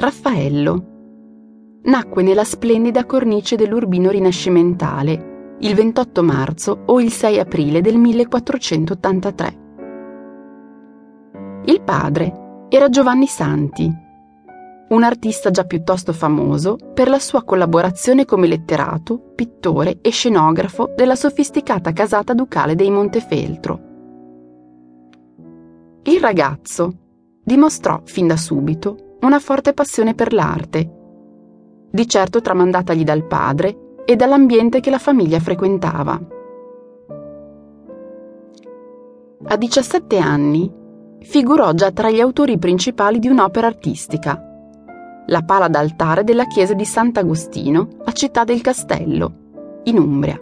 Raffaello nacque nella splendida cornice dell'Urbino rinascimentale il 28 marzo o il 6 aprile del 1483. Il padre era Giovanni Santi, un artista già piuttosto famoso per la sua collaborazione come letterato, pittore e scenografo della sofisticata casata ducale dei Montefeltro. Il ragazzo dimostrò fin da subito una forte passione per l'arte, di certo tramandatagli dal padre e dall'ambiente che la famiglia frequentava. A 17 anni figurò già tra gli autori principali di un'opera artistica, la pala d'altare della chiesa di Sant'Agostino a Città del Castello, in Umbria.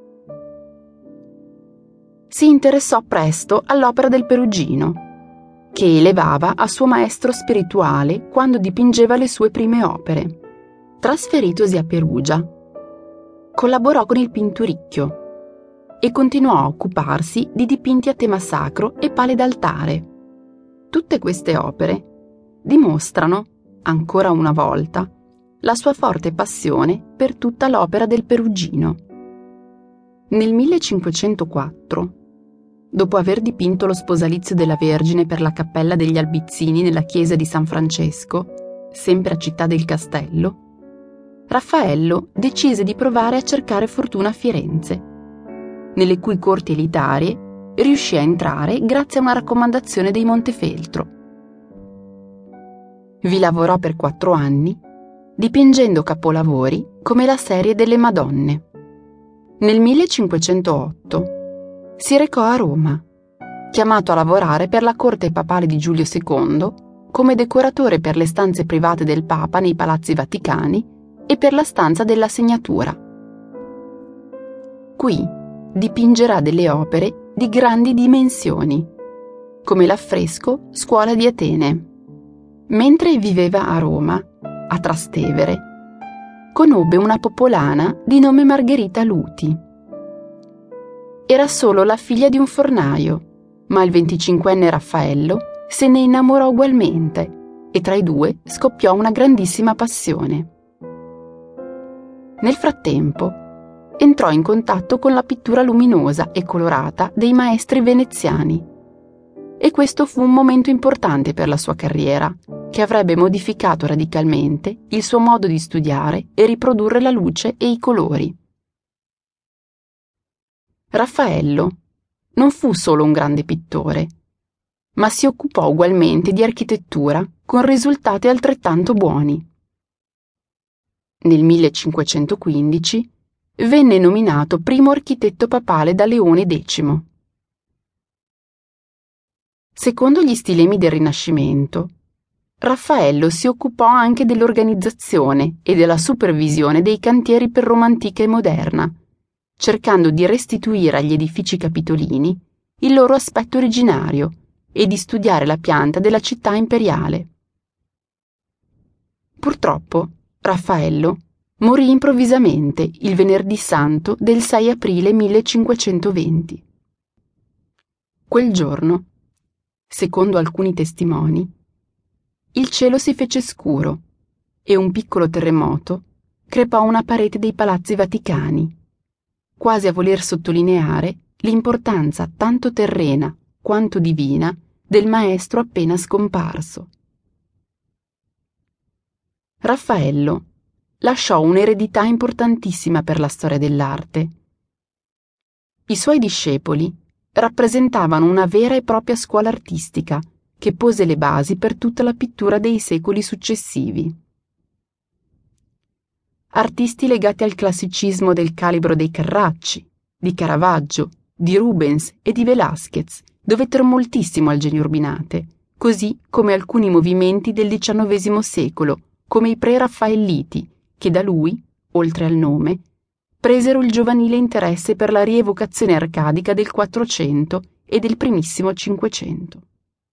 Si interessò presto all'opera del Perugino, che elevava a suo maestro spirituale quando dipingeva le sue prime opere. Trasferitosi a Perugia, collaborò con il Pinturicchio e continuò a occuparsi di dipinti a tema sacro e pale d'altare. Tutte queste opere dimostrano, ancora una volta, la sua forte passione per tutta l'opera del Perugino. Nel 1504, dopo aver dipinto lo sposalizio della Vergine per la Cappella degli Albizzini nella chiesa di San Francesco, sempre a Città del Castello, Raffaello decise di provare a cercare fortuna a Firenze, nelle cui corti elitarie riuscì a entrare grazie a una raccomandazione dei Montefeltro. Vi lavorò per 4 anni, dipingendo capolavori come la serie delle Madonne. Nel 1508 si recò a Roma, chiamato a lavorare per la corte papale di Giulio II come decoratore per le stanze private del Papa nei palazzi vaticani e per la stanza della segnatura. Qui dipingerà delle opere di grandi dimensioni, come l'affresco Scuola di Atene. Mentre viveva a Roma, a Trastevere, conobbe una popolana di nome Margherita Luti. Era solo la figlia di un fornaio, ma il 25enne Raffaello se ne innamorò ugualmente e tra i due scoppiò una grandissima passione. Nel frattempo, entrò in contatto con la pittura luminosa e colorata dei maestri veneziani, e questo fu un momento importante per la sua carriera, che avrebbe modificato radicalmente il suo modo di studiare e riprodurre la luce e i colori. Raffaello non fu solo un grande pittore, ma si occupò ugualmente di architettura con risultati altrettanto buoni. Nel 1515 venne nominato primo architetto papale da Leone X. Secondo gli stilemi del Rinascimento, Raffaello si occupò anche dell'organizzazione e della supervisione dei cantieri per Roma antica e moderna, cercando di restituire agli edifici capitolini il loro aspetto originario e di studiare la pianta della città imperiale. Purtroppo, Raffaello morì improvvisamente il venerdì santo del 6 aprile 1520. Quel giorno, secondo alcuni testimoni, il cielo si fece scuro e un piccolo terremoto crepò una parete dei palazzi vaticani, quasi a voler sottolineare l'importanza tanto terrena quanto divina del maestro appena scomparso. Raffaello lasciò un'eredità importantissima per la storia dell'arte. I suoi discepoli rappresentavano una vera e propria scuola artistica che pose le basi per tutta la pittura dei secoli successivi. Artisti legati al classicismo del calibro dei Carracci, di Caravaggio, di Rubens e di Velázquez dovettero moltissimo al genio Urbinate, così come alcuni movimenti del XIX secolo, come i pre-raffaelliti, che da lui, oltre al nome, presero il giovanile interesse per la rievocazione arcadica del Quattrocento e del primissimo Cinquecento.